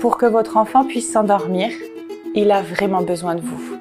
Pour que votre enfant puisse s'endormir, il a vraiment besoin de vous.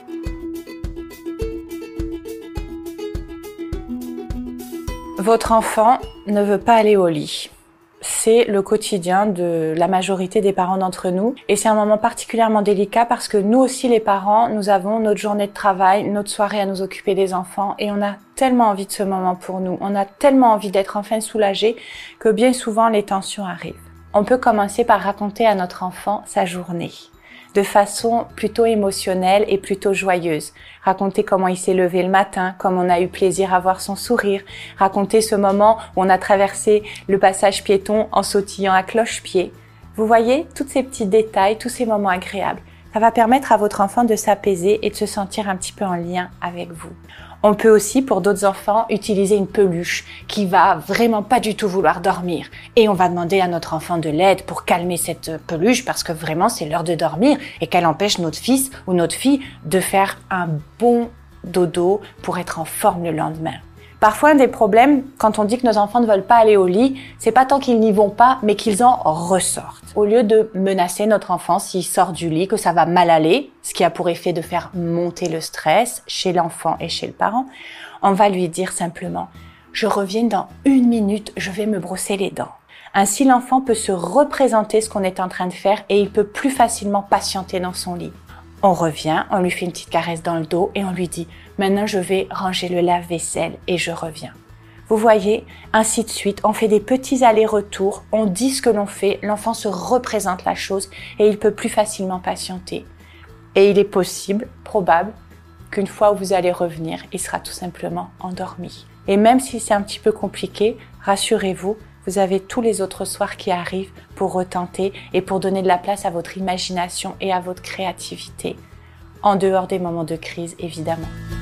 Votre enfant ne veut pas aller au lit. C'est le quotidien de la majorité des parents d'entre nous et c'est un moment particulièrement délicat parce que nous aussi les parents, nous avons notre journée de travail, notre soirée à nous occuper des enfants et on a tellement envie de ce moment pour nous, on a tellement envie d'être enfin soulagés que bien souvent les tensions arrivent. On peut commencer par raconter à notre enfant sa journée de façon plutôt émotionnelle et plutôt joyeuse. Raconter comment il s'est levé le matin, comme on a eu plaisir à voir son sourire. Raconter ce moment où on a traversé le passage piéton en sautillant à cloche-pied. Vous voyez, tous ces petits détails, tous ces moments agréables. Ça va permettre à votre enfant de s'apaiser et de se sentir un petit peu en lien avec vous. On peut aussi, pour d'autres enfants, utiliser une peluche qui va vraiment pas du tout vouloir dormir. Et on va demander à notre enfant de l'aide pour calmer cette peluche parce que vraiment c'est l'heure de dormir et qu'elle empêche notre fils ou notre fille de faire un bon dodo pour être en forme le lendemain. Parfois, un des problèmes, quand on dit que nos enfants ne veulent pas aller au lit, c'est pas tant qu'ils n'y vont pas, mais qu'ils en ressortent. Au lieu de menacer notre enfant s'il sort du lit, que ça va mal aller, ce qui a pour effet de faire monter le stress chez l'enfant et chez le parent, on va lui dire simplement « Je reviens dans 1 minute, je vais me brosser les dents ». Ainsi, l'enfant peut se représenter ce qu'on est en train de faire et il peut plus facilement patienter dans son lit. On revient, on lui fait une petite caresse dans le dos et on lui dit « Maintenant, je vais ranger le lave-vaisselle et je reviens ». Vous voyez, ainsi de suite, on fait des petits allers-retours, on dit ce que l'on fait, l'enfant se représente la chose et il peut plus facilement patienter. Et il est possible, probable, qu'une fois où vous allez revenir, il sera tout simplement endormi. Et même si c'est un petit peu compliqué, rassurez-vous, vous avez tous les autres soirs qui arrivent pour retenter et pour donner de la place à votre imagination et à votre créativité, en dehors des moments de crise évidemment.